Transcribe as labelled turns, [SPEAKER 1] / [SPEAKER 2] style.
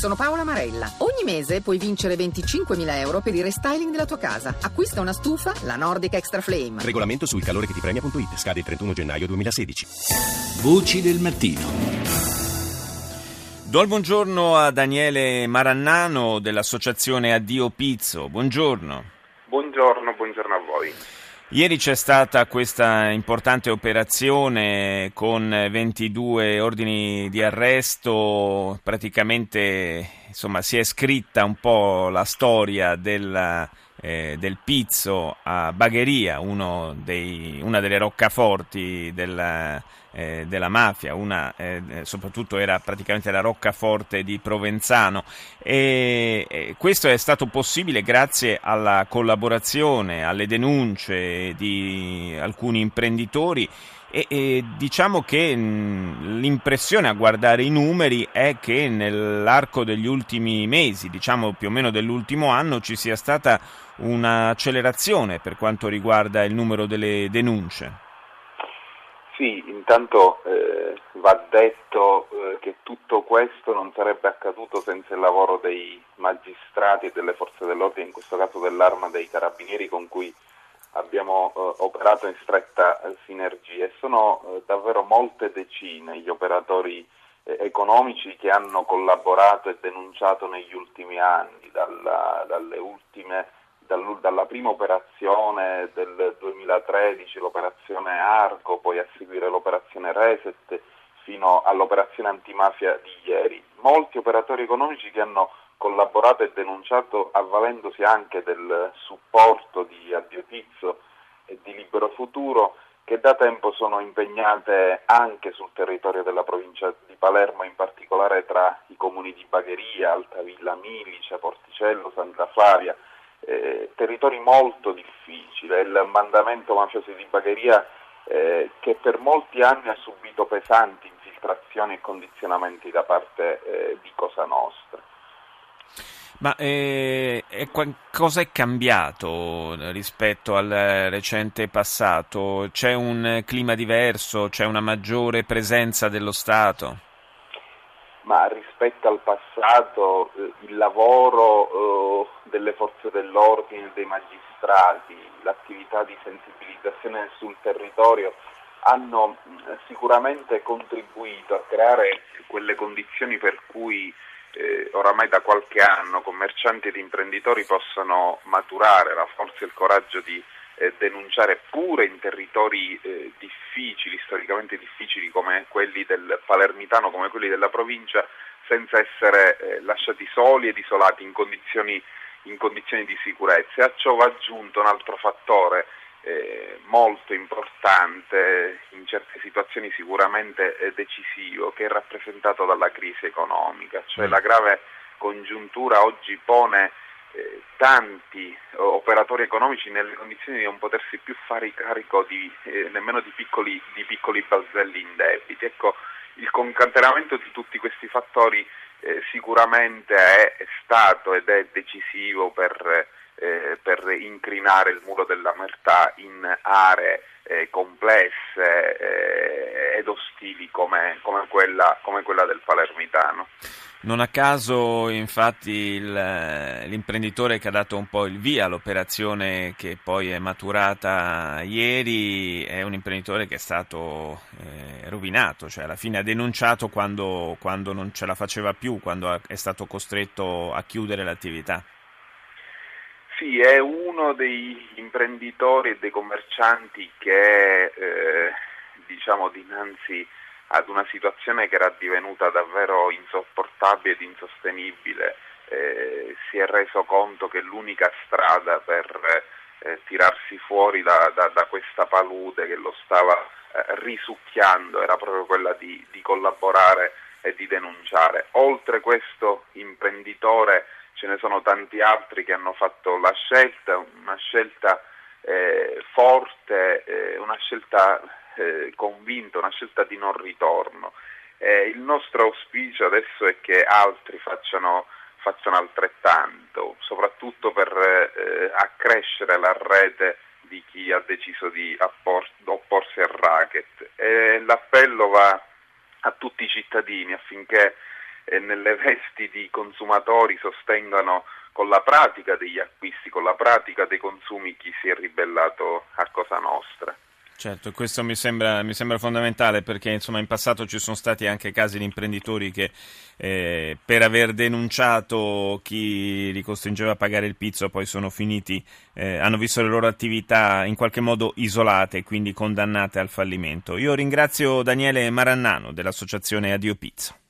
[SPEAKER 1] Sono Paola Marella. Ogni mese puoi vincere 25.000 euro per il restyling della tua casa. Acquista una stufa, la Nordic Extra Flame.
[SPEAKER 2] Regolamento sul calore che ti premia.it. Scade il 31 gennaio 2016.
[SPEAKER 3] Voci del mattino.
[SPEAKER 4] Do il buongiorno a Daniele Marannano dell'associazione Addio Pizzo. Buongiorno.
[SPEAKER 5] Buongiorno a voi.
[SPEAKER 4] Ieri c'è stata questa importante operazione con 22 ordini di arresto. Praticamente, insomma, si è scritta un po' la storia del pizzo a Bagheria, una delle roccaforti della mafia, soprattutto era praticamente la roccaforte di Provenzano, e questo è stato possibile grazie alla collaborazione, alle denunce di alcuni imprenditori e diciamo che l'impressione a guardare i numeri è che nell'arco degli ultimi mesi, diciamo più o meno dell'ultimo anno, ci sia stata un'accelerazione per quanto riguarda il numero delle denunce.
[SPEAKER 5] Sì, intanto va detto che tutto questo non sarebbe accaduto senza il lavoro dei magistrati e delle forze dell'ordine, in questo caso dell'Arma dei Carabinieri, con cui abbiamo operato in stretta sinergia. Sono davvero molte decine gli operatori economici che hanno collaborato e denunciato negli ultimi anni, dalla prima operazione del 2013, l'operazione Argo, poi a seguire l'operazione Reset, fino all'operazione antimafia di ieri. Molti operatori economici che hanno collaborato e denunciato avvalendosi anche del supporto di Addio Pizzo e di Libero Futuro, che da tempo sono impegnate anche sul territorio della provincia di Palermo, in particolare tra i comuni di Bagheria, Altavilla Milice, Porticello, Santa Flavia, territori molto difficili. Il mandamento mafioso di Bagheria che per molti anni ha subito pesanti infiltrazioni e condizionamenti da parte di Cosa Nostra.
[SPEAKER 4] Ma cosa è cambiato rispetto al recente passato? C'è un clima diverso? C'è una maggiore presenza dello Stato?
[SPEAKER 5] Ma rispetto al passato il lavoro delle forze dell'ordine, dei magistrati, l'attività di sensibilizzazione sul territorio hanno sicuramente contribuito a creare quelle condizioni per cui oramai da qualche anno commercianti ed imprenditori possono maturare la forza e il coraggio di denunciare pure in territori difficili, storicamente difficili come quelli del palermitano, come quelli della provincia, senza essere lasciati soli ed isolati in condizioni di sicurezza. E a ciò va aggiunto un altro fattore molto importante, in certe situazioni sicuramente decisivo, che è rappresentato dalla crisi economica, cioè la grave congiuntura oggi pone tanti operatori economici nelle condizioni di non potersi più fare carico nemmeno di piccoli balzelli indebiti. Ecco, il concatenamento di tutti questi fattori sicuramente è stato ed è decisivo per incrinare il muro dell'omertà in aree complesse ed ostili come quella del palermitano.
[SPEAKER 4] Non a caso, infatti, l'imprenditore che ha dato un po' il via all'operazione che poi è maturata ieri è un imprenditore che è stato rovinato, cioè alla fine ha denunciato quando non ce la faceva più, quando è stato costretto a chiudere l'attività.
[SPEAKER 5] Sì, è uno degli imprenditori e dei commercianti che dinanzi ad una situazione che era divenuta davvero insopportabile ed insostenibile, si è reso conto che l'unica strada per tirarsi fuori da questa palude che lo stava risucchiando era proprio quella di collaborare e di denunciare. Oltre questo imprenditore ce ne sono tanti altri che hanno fatto una scelta forte, una scelta convinta, una scelta di non ritorno. Il nostro auspicio adesso è che altri facciano altrettanto, soprattutto per accrescere la rete di chi ha deciso di opporsi al racket. L'appello va a tutti i cittadini affinché nelle vesti di consumatori sostengano con la pratica degli acquisti, con la pratica dei consumi chi si è ribellato a Cosa Nostra.
[SPEAKER 4] Certo, questo mi sembra fondamentale perché insomma in passato ci sono stati anche casi di imprenditori che per aver denunciato chi li costringeva a pagare il pizzo poi sono finiti, hanno visto le loro attività in qualche modo isolate e quindi condannate al fallimento. Io ringrazio Daniele Marannano dell'associazione Addio Pizzo.